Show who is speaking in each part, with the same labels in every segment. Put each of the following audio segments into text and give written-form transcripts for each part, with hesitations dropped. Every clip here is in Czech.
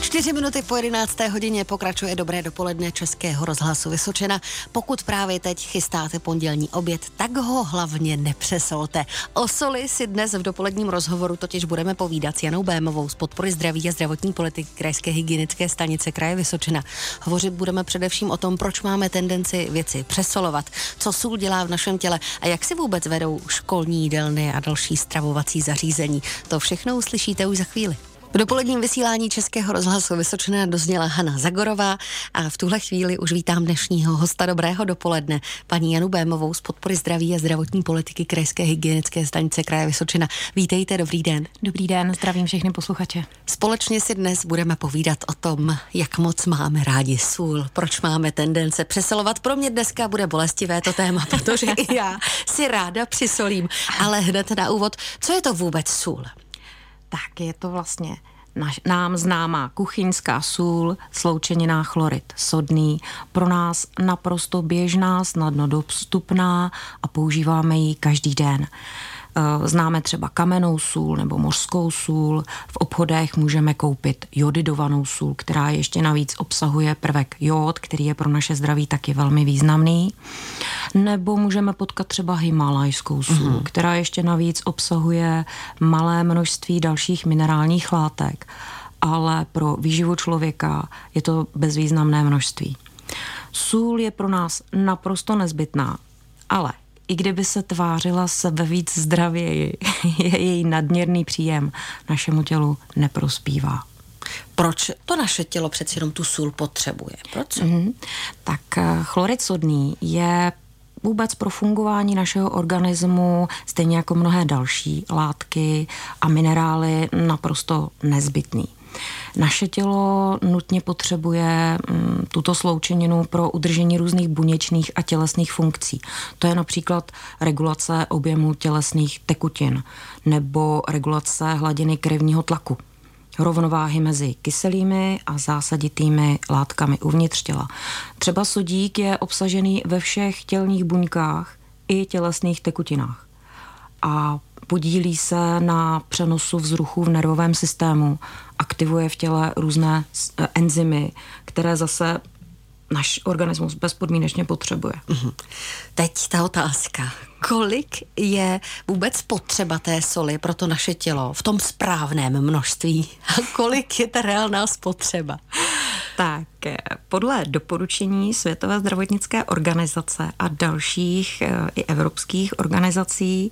Speaker 1: 4 minuty po 11. hodině pokračuje dobré dopoledne Českého rozhlasu Vysočina. Pokud právě teď chystáte pondělní oběd, tak ho hlavně nepřesolte. O soli si dnes v dopoledním rozhovoru totiž budeme povídat s Janou Bémovou z podpory zdraví a zdravotní politiky Krajské hygienické stanice kraje Vysočina. Hovořit budeme především o tom, proč máme tendenci věci přesolovat, co sůl dělá v našem těle a jak si vůbec vedou školní jídelny a další stravovací zařízení. To všechno uslyšíte už za chvíli. V dopoledním vysílání Českého rozhlasu Vysočina dozněla Hana Zagorová a v tuhle chvíli už vítám dnešního hosta dobrého dopoledne, paní Janu Bémovou z podpory zdraví a zdravotní politiky Krajské hygienické stanice kraje Vysočina. Vítejte, dobrý den.
Speaker 2: Dobrý den, zdravím všechny posluchače.
Speaker 1: Společně si dnes budeme povídat o tom, jak moc máme rádi sůl, proč máme tendence přesolovat. Pro mě dneska bude bolestivé to téma, protože i já si ráda přisolím, ale hned na úvod, co je to vůbec sůl?
Speaker 2: Tak je to vlastně nám známá kuchyňská sůl, sloučeniná chlorid sodný, pro nás naprosto běžná, snadno dostupná a používáme ji každý den. Známe třeba kamennou sůl nebo mořskou sůl. V obchodech můžeme koupit jodidovanou sůl, která ještě navíc obsahuje prvek jód, který je pro naše zdraví taky velmi významný. Nebo můžeme potkat třeba himalajskou sůl, která ještě navíc obsahuje malé množství dalších minerálních látek, ale pro výživu člověka je to bezvýznamné množství. Sůl je pro nás naprosto nezbytná, ale i kdyby se tvářila sebevíc zdravěji, její nadměrný příjem našemu tělu neprospívá.
Speaker 1: Proč to naše tělo přeci jenom tu sůl potřebuje? Proč?
Speaker 2: Tak chlorid sodný je vůbec pro fungování našeho organismu, stejně jako mnohé další látky a minerály, naprosto nezbytný. Naše tělo nutně potřebuje tuto sloučeninu pro udržení různých buněčných a tělesných funkcí. To je například regulace objemu tělesných tekutin nebo regulace hladiny krevního tlaku, rovnováhy mezi kyselými a zásaditými látkami uvnitř těla. Třeba sodík je obsažený ve všech tělních buňkách i tělesných tekutinách a podílí se na přenosu vzruchu v nervovém systému, aktivuje v těle různé enzymy, které zase náš organismus bezpodmínečně potřebuje.
Speaker 1: Teď ta otázka. Kolik je vůbec potřeba té soli pro to naše tělo v tom správném množství? A kolik je ta reálná spotřeba?
Speaker 2: Tak, podle doporučení Světové zdravotnické organizace a dalších i evropských organizací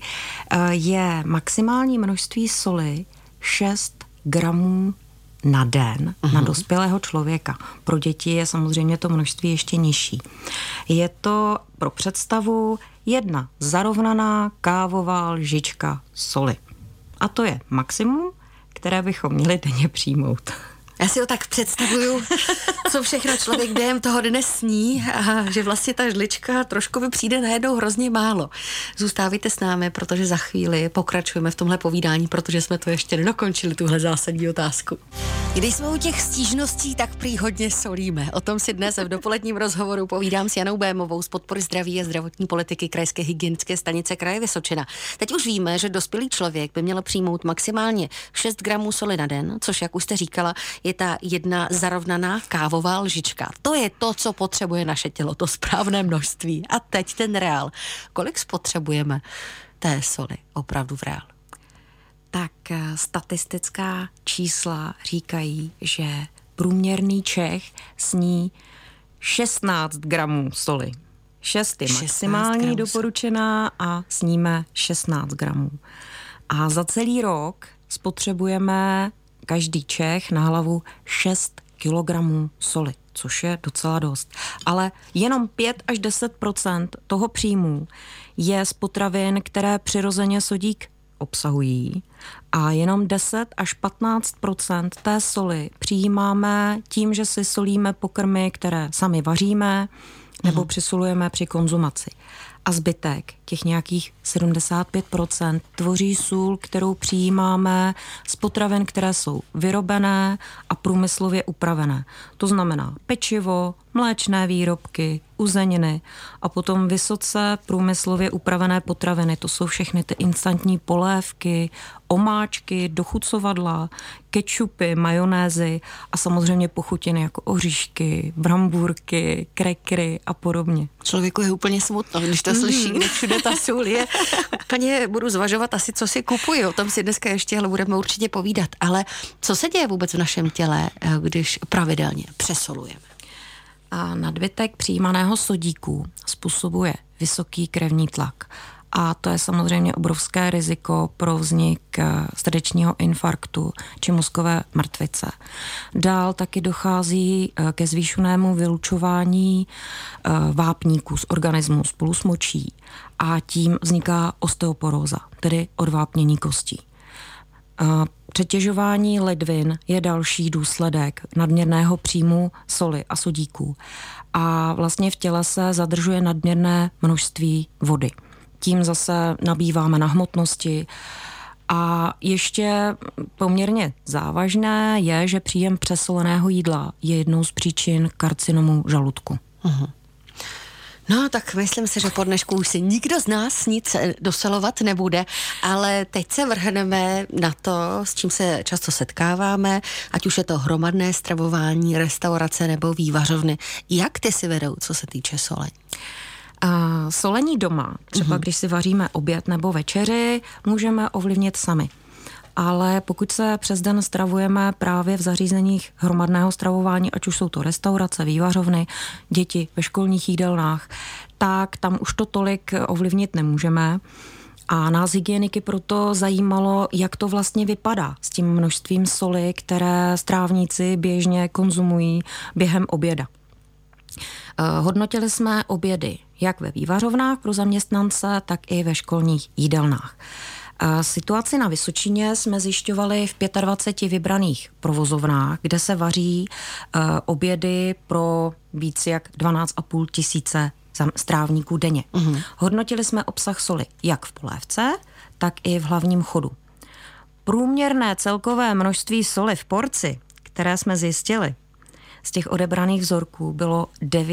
Speaker 2: je maximální množství soli 6 gramů na den na dospělého člověka. Pro děti je samozřejmě to množství ještě nižší. Je to pro představu 1 zarovnaná kávová lžička soli. A to je maximum, které bychom měli denně přijmout.
Speaker 1: Já si ho tak představuju, co všechno člověk během toho dne sní a že vlastně ta žlička trošku by přijde najednou hrozně málo. Zůstávajte s námi, protože za chvíli pokračujeme v tomhle povídání, protože jsme to ještě nedokončili, tuhle zásadní otázku. Když jsme u těch stížností, tak prý hodně solíme. O tom si dnes v dopoledním rozhovoru povídám s Janou Bémovou z podpory zdraví a zdravotní politiky Krajské hygienické stanice kraje Vysočina. Teď už víme, že dospělý člověk by měl přijmout maximálně 6 gramů soli na den, což, jak už jste říkala, je ta 1 zarovnaná kávová lžička. To je to, co potřebuje naše tělo, to správné množství. A teď ten reál. Kolik spotřebujeme té soli opravdu v reálu?
Speaker 2: Tak statistická čísla říkají, že průměrný Čech sní 16 gramů soli. 6 je maximální doporučená a sníme 16 gramů. A za celý rok spotřebujeme každý Čech na hlavu 6 kilogramů soli, což je docela dost. Ale jenom 5 až 10% toho příjmu je z potravin, které přirozeně sodík obsahují, a jenom 10 až 15% té soli přijímáme tím, že si solíme pokrmy, které sami vaříme nebo přisolujeme při konzumaci. a zbytek, těch nějakých 75%, tvoří sůl, kterou přijímáme z potravin, které jsou vyrobené a průmyslově upravené. To znamená pečivo, mléčné výrobky, uzeniny a potom vysoce průmyslově upravené potraviny. To jsou všechny ty instantní polévky, omáčky, dochucovadla, kečupy, majonézy a samozřejmě pochutiny jako oříšky, brambůrky, krekry a podobně.
Speaker 1: Člověku je úplně smutno, když to slyší, kde všude ta sůl je. Úplně budu zvažovat asi, co si kupuji. O tom si dneska ještě ale budeme určitě povídat. Ale co se děje vůbec v našem těle, když pravidelně přesolujeme?
Speaker 2: A nadbytek přijímaného sodíku způsobuje vysoký krevní tlak. A to je samozřejmě obrovské riziko pro vznik srdečního infarktu či mozkové mrtvice. Dál taky dochází ke zvýšenému vylučování vápníků z organismu spolu s močí a tím vzniká osteoporóza, tedy odvápnění kostí. Přetěžování ledvin je další důsledek nadměrného příjmu soli a sodíků a vlastně v těle se zadržuje nadměrné množství vody. Tím zase nabýváme na hmotnosti a ještě poměrně závažné je, že příjem přesoleného jídla je jednou z příčin karcinomu žaludku.
Speaker 1: Uh-huh. No, tak myslím si, že po dnešku už si nikdo z nás nic dosolovat nebude, ale teď se vrhneme na to, s čím se často setkáváme, ať už je to hromadné stravování, restaurace nebo vývařovny. Jak ty si vedou, co se týče solení?
Speaker 2: Solení doma, třeba když si vaříme oběd nebo večeři, můžeme ovlivnit sami. Ale pokud se přes den stravujeme právě v zařízeních hromadného stravování, ať už jsou to restaurace, vývařovny, děti ve školních jídelnách, tak tam už to tolik ovlivnit nemůžeme. A nás hygieniky proto zajímalo, jak to vlastně vypadá s tím množstvím soli, které strávníci běžně konzumují během oběda. Hodnotili jsme obědy jak ve vývařovnách pro zaměstnance, tak i ve školních jídelnách. Situaci na Vysočině jsme zjišťovali v 25 vybraných provozovnách, kde se vaří obědy pro víc jak 12,5 tisíce strávníků denně. Hodnotili jsme obsah soli jak v polévce, tak i v hlavním chodu. Průměrné celkové množství soli v porci, které jsme zjistili, z těch odebraných vzorků bylo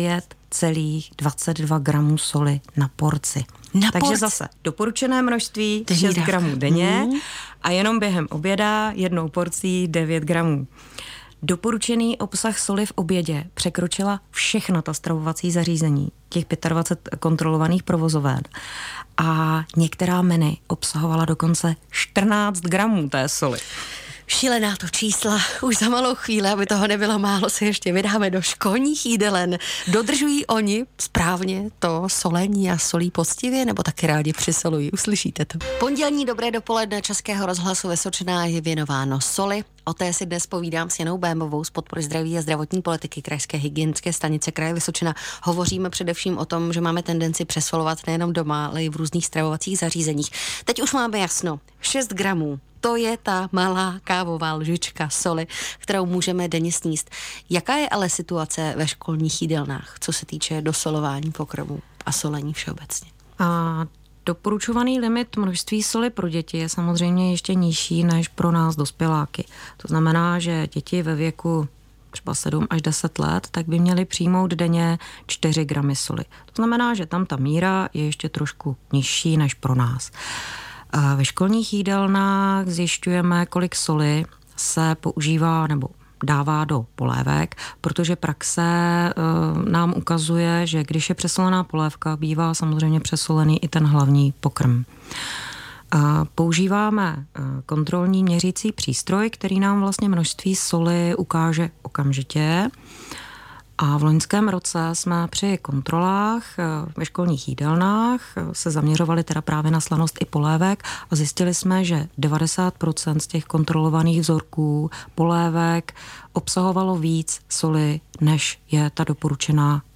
Speaker 2: 9,22 gramů soli na porci. Takže zase doporučené množství 6 gramů denně a jenom během oběda jednou porcí 9 gramů. Doporučený obsah soli v obědě překročila všechna ta stravovací zařízení, těch 25 kontrolovaných provozoven. A některá menu obsahovala dokonce 14 gramů té soli.
Speaker 1: Šílená to čísla. Už za malou chvíli, aby toho nebylo málo, se ještě vydáme do školních jídelen. Dodržují oni správně to solení a solí poctivě, nebo taky rádi přisolují? Uslyšíte to. Pondělní dobré dopoledne Českého rozhlasu Vysočina je věnováno soli. O té si dnes povídám s Janou Bémovou z podpory zdraví a zdravotní politiky Krajské hygienické stanice kraje Vysočina. Hovoříme především o tom, že máme tendenci přesolovat nejenom doma, ale i v různých stravovacích zařízeních. Teď už máme jasno. 6 gramů. To je ta malá kávová lžička soli, kterou můžeme denně sníst. Jaká je ale situace ve školních jídelnách, co se týče dosolování pokrmů a solení všeobecně?
Speaker 2: Doporučovaný limit množství soli pro děti je samozřejmě ještě nižší než pro nás dospěláky. To znamená, že děti ve věku třeba 7 až 10 let, tak by měly přijmout denně 4 gramy soli. To znamená, že tam ta míra je ještě trošku nižší než pro nás. Ve školních jídelnách zjišťujeme, kolik soli se používá nebo dává do polévek, protože praxe nám ukazuje, že když je přesolená polévka, bývá samozřejmě přesolený i ten hlavní pokrm. Používáme kontrolní měřící přístroj, který nám vlastně množství soli ukáže okamžitě. A v loňském roce jsme při kontrolách ve školních jídelnách se zaměřovali teda právě na slanost i polévek a zjistili jsme, že 90% z těch kontrolovaných vzorků polévek obsahovalo víc soli, než je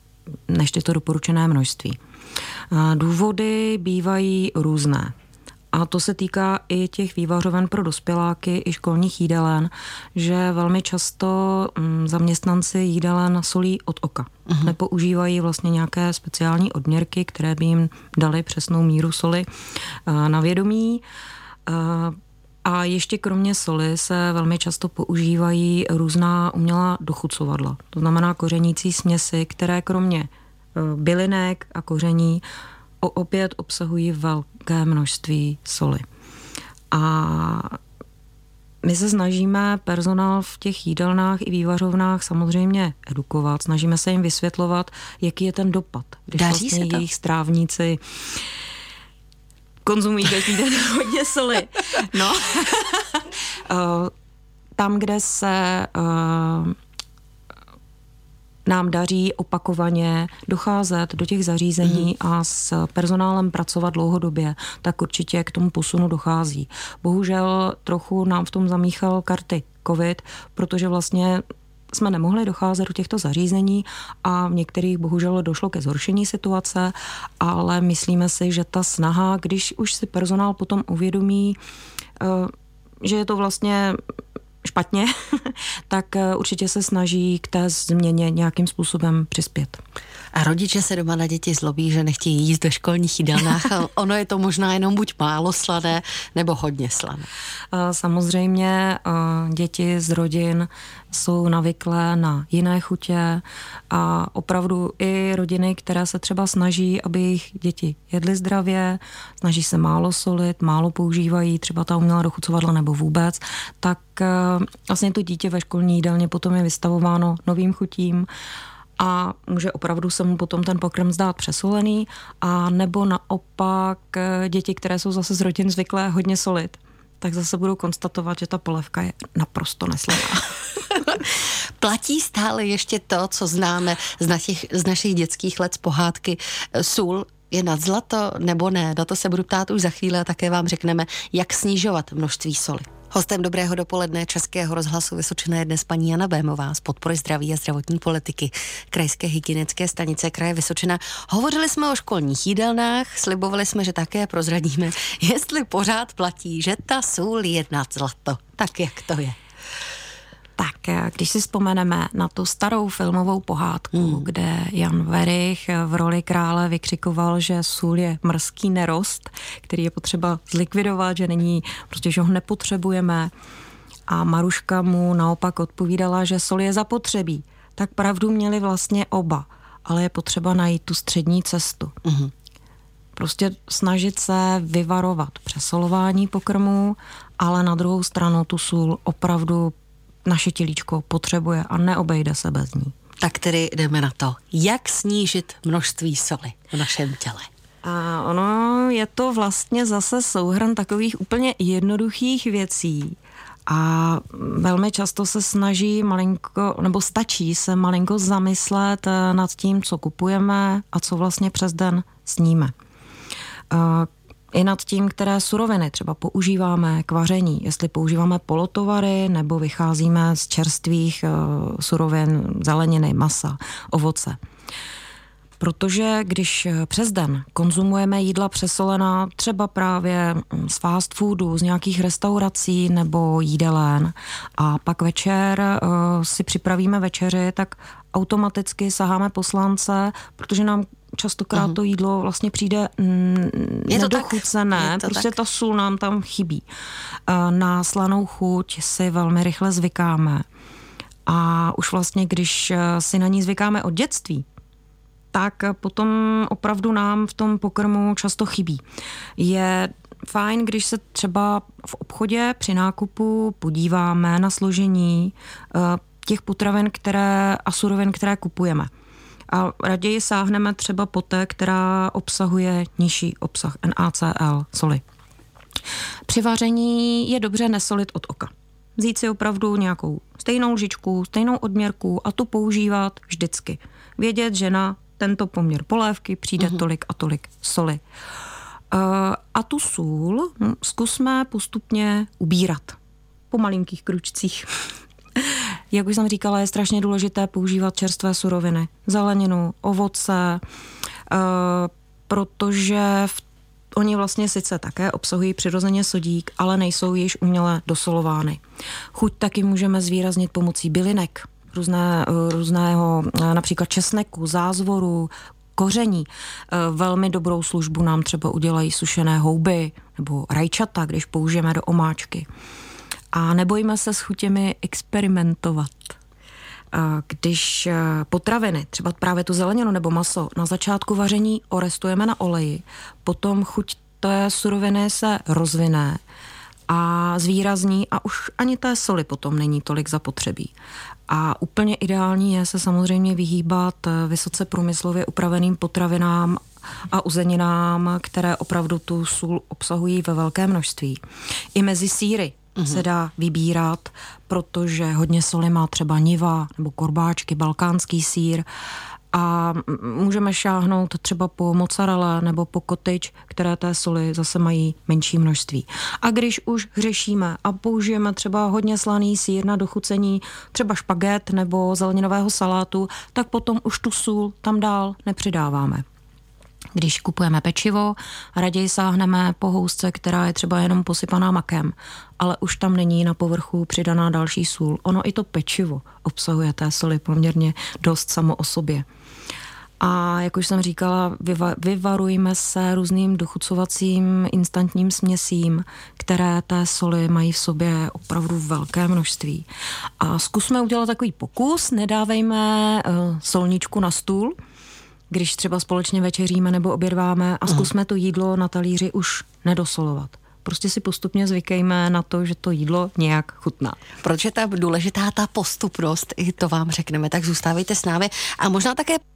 Speaker 2: to doporučené množství. Důvody bývají různé. A to se týká i těch vývařoven pro dospěláky, i školních jídelen, že velmi často zaměstnanci jídelen solí od oka. Nepoužívají vlastně nějaké speciální odměrky, které by jim daly přesnou míru soli na vědomí. A ještě kromě soli se velmi často používají různá umělá dochucovadla. To znamená kořenící směsi, které kromě bylinek a koření opět obsahují velké množství soli. A my se snažíme personál v těch jídelnách i vývařovnách samozřejmě edukovat. Snažíme se jim vysvětlovat, jaký je ten dopad. Když
Speaker 1: Daří
Speaker 2: vlastně
Speaker 1: se to?
Speaker 2: jejich strávníci konzumují každý den hodně soli. No. Tam, kde se nám daří opakovaně docházet do těch zařízení a s personálem pracovat dlouhodobě, tak určitě k tomu posunu dochází. Bohužel trochu nám v tom zamíchal karty COVID, protože vlastně jsme nemohli docházet do těchto zařízení a v některých bohužel došlo ke zhoršení situace, ale myslíme si, že ta snaha, když už si personál potom uvědomí, že je to vlastně špatně, tak určitě se snaží k té změně nějakým způsobem přispět.
Speaker 1: A rodiče se doma na děti zlobí, že nechtějí jíst do školních jídelnách a ono je to možná jenom buď málo slané, nebo hodně slané.
Speaker 2: Samozřejmě děti z rodin jsou navyklé na jiné chutě a opravdu i rodiny, které se třeba snaží, aby jejich děti jedly zdravě, snaží se málo solit, málo používají třeba ta umělá dochucovadla nebo vůbec, tak vlastně to dítě ve školní jídelně potom je vystavováno novým chutím a může opravdu se mu potom ten pokrm zdát přesolený, a nebo naopak děti, které jsou zase z rodin zvyklé hodně solit, tak zase budou konstatovat, že ta polévka je naprosto neslaná.
Speaker 1: Platí stále ještě to, co známe z našich dětských let z pohádky sůl je nad zlato nebo ne? Na to se budu ptát už za chvíli a také vám řekneme, jak snižovat množství soli. Hostem dobrého dopoledne Českého rozhlasu Vysočina je dnes paní Jana Bémová z podpory zdraví a zdravotní politiky Krajské hygienické stanice kraje Vysočina. Hovořili jsme o školních jídelnách, slibovali jsme, že také prozradíme, jestli pořád platí, že ta sůl je nad zlato. Tak jak to je?
Speaker 2: Tak, když si vzpomeneme na tu starou filmovou pohádku, kde Jan Werich v roli krále vykřikoval, že sůl je mrzký nerost, který je potřeba zlikvidovat, že není, prostě, že ho nepotřebujeme. A Maruška mu naopak odpovídala, že sol je zapotřebí. Tak pravdu měli vlastně oba, ale je potřeba najít tu střední cestu. Prostě snažit se vyvarovat přesolování pokrmů, ale na druhou stranu tu sůl opravdu naše tělíčko potřebuje a neobejde se bez ní.
Speaker 1: Tak tedy jdeme na to, jak snížit množství soli v našem těle.
Speaker 2: A ono je to vlastně zase souhrn takových úplně jednoduchých věcí. A velmi často se snaží malinko, nebo stačí se malinko zamyslet nad tím, co kupujeme a co vlastně přes den sníme. I nad tím, které suroviny třeba používáme k vaření, jestli používáme polotovary nebo vycházíme z čerstvých surovin, zeleniny, masa, ovoce. Protože když přes den konzumujeme jídla přesolená třeba právě z fast foodu, z nějakých restaurací nebo jídelen a pak večer si připravíme večeři, tak automaticky saháme po slance, protože nám častokrát to jídlo vlastně přijde nedochucené, prostě ta sůl nám tam chybí. Na slanou chuť si velmi rychle zvykáme. A už vlastně, když si na ní zvykáme od dětství, tak potom opravdu nám v tom pokrmu často chybí. Je fajn, když se třeba v obchodě při nákupu podíváme na složení těch potravin a surovin, které kupujeme. A raději sáhneme třeba po té, která obsahuje nižší obsah NaCl, soli. Při vaření je dobře nesolit od oka. Vzít si opravdu nějakou stejnou lžičku, stejnou odměrku a tu používat vždycky. Vědět, že na tento poměr polévky přijde tolik a tolik soli. A tu sůl zkusme postupně ubírat po malinkých kručcích. Jak už jsem říkala, je strašně důležité používat čerstvé suroviny, zeleninu, ovoce, protože v oni vlastně sice také obsahují přirozeně sodík, ale nejsou již uměle dosolovány. Chuť taky můžeme zvýraznit pomocí bylinek, různého například česneku, zázvoru, koření. Velmi dobrou službu nám třeba udělají sušené houby nebo rajčata, když použijeme do omáčky. A nebojíme se s chutěmi experimentovat. Když potraviny, třeba právě tu zeleninu nebo maso, na začátku vaření orestujeme na oleji, potom chuť té suroviny se rozvine a zvýrazní a už ani té soli potom není tolik zapotřebí. A úplně ideální je se samozřejmě vyhýbat vysoce průmyslově upraveným potravinám a uzeninám, které opravdu tu sůl obsahují ve velké množství. I mezi sýry se dá vybírat, protože hodně soli má třeba niva nebo korbáčky, balkánský sýr a můžeme šáhnout třeba po mozzarella nebo po cottage, které té soli zase mají menší množství. A když už hřešíme a použijeme třeba hodně slaný sýr na dochucení třeba špaget nebo zeleninového salátu, tak potom už tu sůl tam dál nepřidáváme. Když kupujeme pečivo, raději sáhneme po housce, která je třeba jenom posypaná makem, ale už tam není na povrchu přidaná další sůl. Ono i to pečivo obsahuje té soli poměrně dost samo o sobě. A jak už jsem říkala, vyvarujme se různým dochucovacím instantním směsím, které té soli mají v sobě opravdu velké množství. A zkusme udělat takový pokus, nedávejme solničku na stůl, když třeba společně večeříme nebo obědváme a zkusme to jídlo na talíři už nedosolovat. Prostě si postupně zvykejme na to, že to jídlo nějak chutná.
Speaker 1: Proč je ta důležitá ta postupnost, i to vám řekneme, tak zůstávejte s námi a možná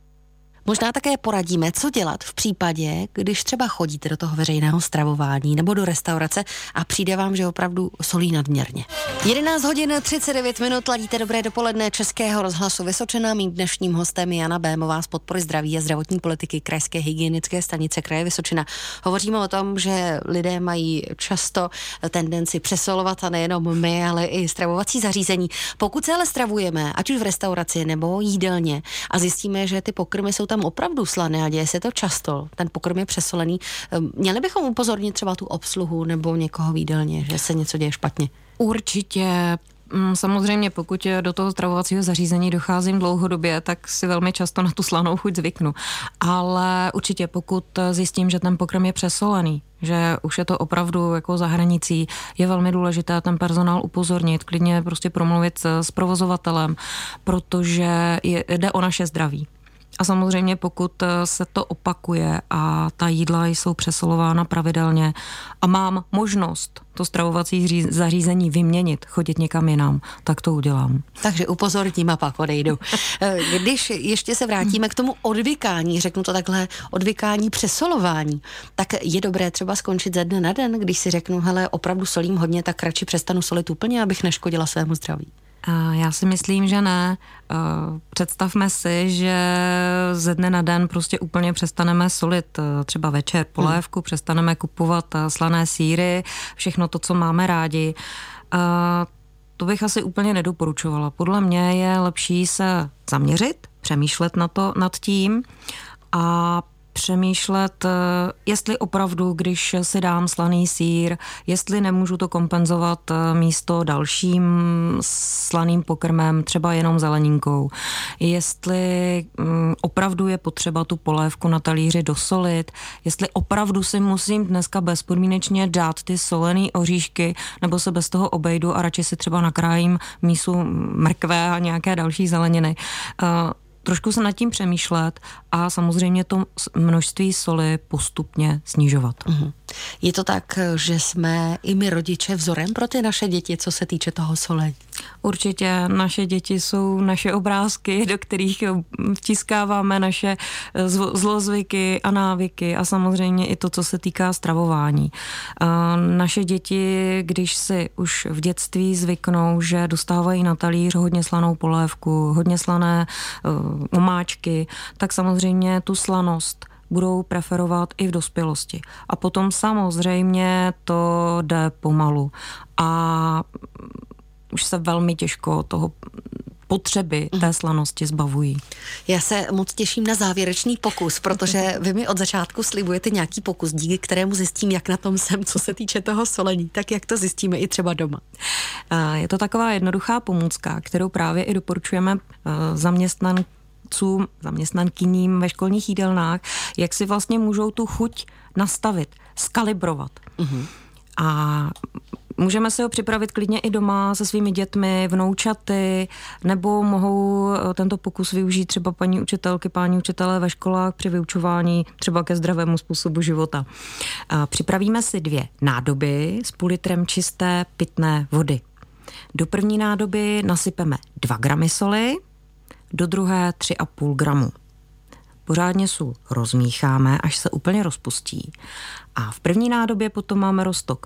Speaker 1: také poradíme, co dělat v případě, když třeba chodíte do toho veřejného stravování nebo do restaurace a přijde vám, že opravdu solí nadměrně. 11 hodin 39 minut, ladíte dobré dopoledne Českého rozhlasu Vysočina. Mým dnešním hostem je Jana Bémová z Podpory zdraví a zdravotní politiky Krajské hygienické stanice kraje Vysočina. Hovoříme o tom, že lidé mají často tendenci přesolovat a nejenom my, ale i stravovací zařízení. Pokud se ale stravujeme, ať už v restauraci nebo jídelně a zjistíme, že ty pokrmy jsou tam opravdu slané a děje se to často, ten pokrm je přesolený, měli bychom upozornit třeba tu obsluhu nebo někoho v jídelně, že se něco děje špatně?
Speaker 2: Určitě. Samozřejmě, pokud do toho stravovacího zařízení docházím dlouhodobě, tak si velmi často na tu slanou chuť zvyknu. Ale určitě, pokud zjistím, že ten pokrm je přesolený, že už je to opravdu jako za hranicí, je velmi důležité ten personál upozornit, klidně prostě promluvit s provozovatelem, protože jde o naše zdraví. A samozřejmě pokud se to opakuje a ta jídla jsou přesolována pravidelně a mám možnost to stravovací zařízení vyměnit, chodit někam jinam, tak to udělám.
Speaker 1: Takže upozorním a pak odejdu. Když ještě se vrátíme k tomu odvykání, řeknu to takhle, odvykání, přesolování, tak je dobré třeba skončit ze dne na den, když si řeknu, hele, opravdu solím hodně, tak radši přestanu solit úplně, abych neškodila svému zdraví.
Speaker 2: Já si myslím, že ne. Představme si, že ze dne na den prostě úplně přestaneme solit třeba večer polévku, přestaneme kupovat slané sýry, všechno to, co máme rádi. To bych asi úplně nedoporučovala. Podle mě je lepší se zaměřit, přemýšlet nad tím a přemýšlet, jestli opravdu, když si dám slaný sýr, jestli nemůžu to kompenzovat místo dalším slaným pokrmem, třeba jenom zeleninkou. Jestli opravdu je potřeba tu polévku na talíři dosolit, jestli opravdu si musím dneska bezpodmínečně dát ty solený oříšky, nebo se bez toho obejdu a radši si třeba nakrájím mísu mrkve a nějaké další zeleniny. Trošku se nad tím přemýšlet a samozřejmě to množství soli postupně snižovat.
Speaker 1: Je to tak, že jsme i my rodiče vzorem pro ty naše děti, co se týče toho solení?
Speaker 2: Určitě naše děti jsou naše obrázky, do kterých vtiskáváme naše zlozvyky a návyky a samozřejmě i to, co se týká stravování. Naše děti, když si už v dětství zvyknou, že dostávají na talíř hodně slanou polévku, hodně slané omáčky, tak samozřejmě tu slanost budou preferovat i v dospělosti. A potom samozřejmě to jde pomalu. A už se velmi těžko toho potřeby té slanosti zbavují.
Speaker 1: Já se moc těším na závěrečný pokus, protože vy mi od začátku slibujete nějaký pokus, díky kterému zjistím, jak na tom jsem, co se týče toho solení. Tak jak to zjistíme i třeba doma?
Speaker 2: Je to taková jednoduchá pomůcka, kterou právě i doporučujeme zaměstnankyním ve školních jídelnách, jak si vlastně můžou tu chuť nastavit, skalibrovat. A můžeme si ho připravit klidně i doma se svými dětmi, vnoučaty, nebo mohou tento pokus využít třeba paní učitelky, páni učitelé ve školách při vyučování třeba ke zdravému způsobu života. Připravíme si 2 nádoby s půl litrem čisté pitné vody. Do první nádoby nasypeme 2 gramy soli, do druhé 3,5 gramu. Pořádně sůl rozmícháme, až se úplně rozpustí. A v první nádobě potom máme roztok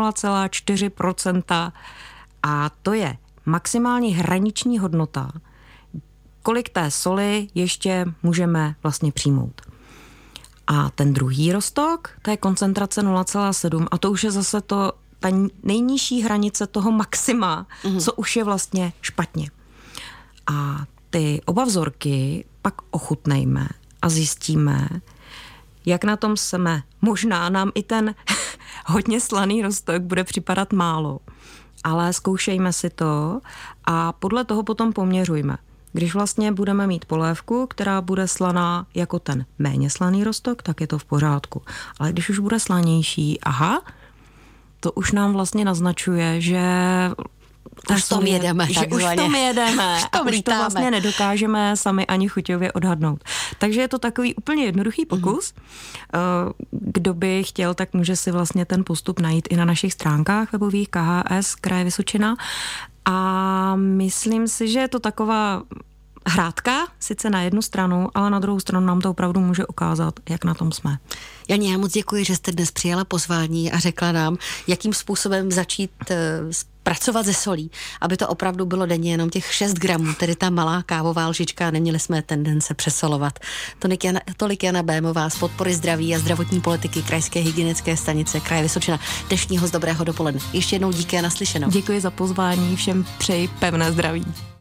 Speaker 2: 0,4% a to je maximální hraniční hodnota, kolik té soli ještě můžeme vlastně přijmout. A ten druhý roztok, to je koncentrace 0,7 a to už je zase ta nejnižší hranice toho maxima, co už je vlastně špatně. A ty oba vzorky pak ochutnejme a zjistíme, jak na tom jsme. Možná nám i ten hodně slaný roztok bude připadat málo, ale zkoušejme si to a podle toho potom poměřujme. Když vlastně budeme mít polévku, která bude slaná jako ten méně slaný roztok, tak je to v pořádku. Ale když už bude slanější, to už nám vlastně naznačuje, že
Speaker 1: už v tom jedeme.
Speaker 2: Už to vlastně nedokážeme sami ani chuťově odhadnout. Takže je to takový úplně jednoduchý pokus. Kdo by chtěl, tak může si vlastně ten postup najít i na našich stránkách webových KHS Kraje Vysočina. A myslím si, že je to taková hrádka, sice na jednu stranu, ale na druhou stranu nám to opravdu může ukázat, jak na tom jsme.
Speaker 1: Janě, já moc děkuji, že jste dnes přijala pozvání a řekla nám, jakým způsobem začít pracovat se solí, aby to opravdu bylo denně jenom těch 6 gramů, tedy ta malá kávová lžička, neměli jsme tendence přesolovat. Tolik Jana Bémová z podpory zdraví a zdravotní politiky Krajské hygienické stanice Kraje Vysočina. Dnešního z dobrého dopoledne. Ještě jednou díky a naslyšenou.
Speaker 2: Děkuji za pozvání, všem přeji pevné zdraví.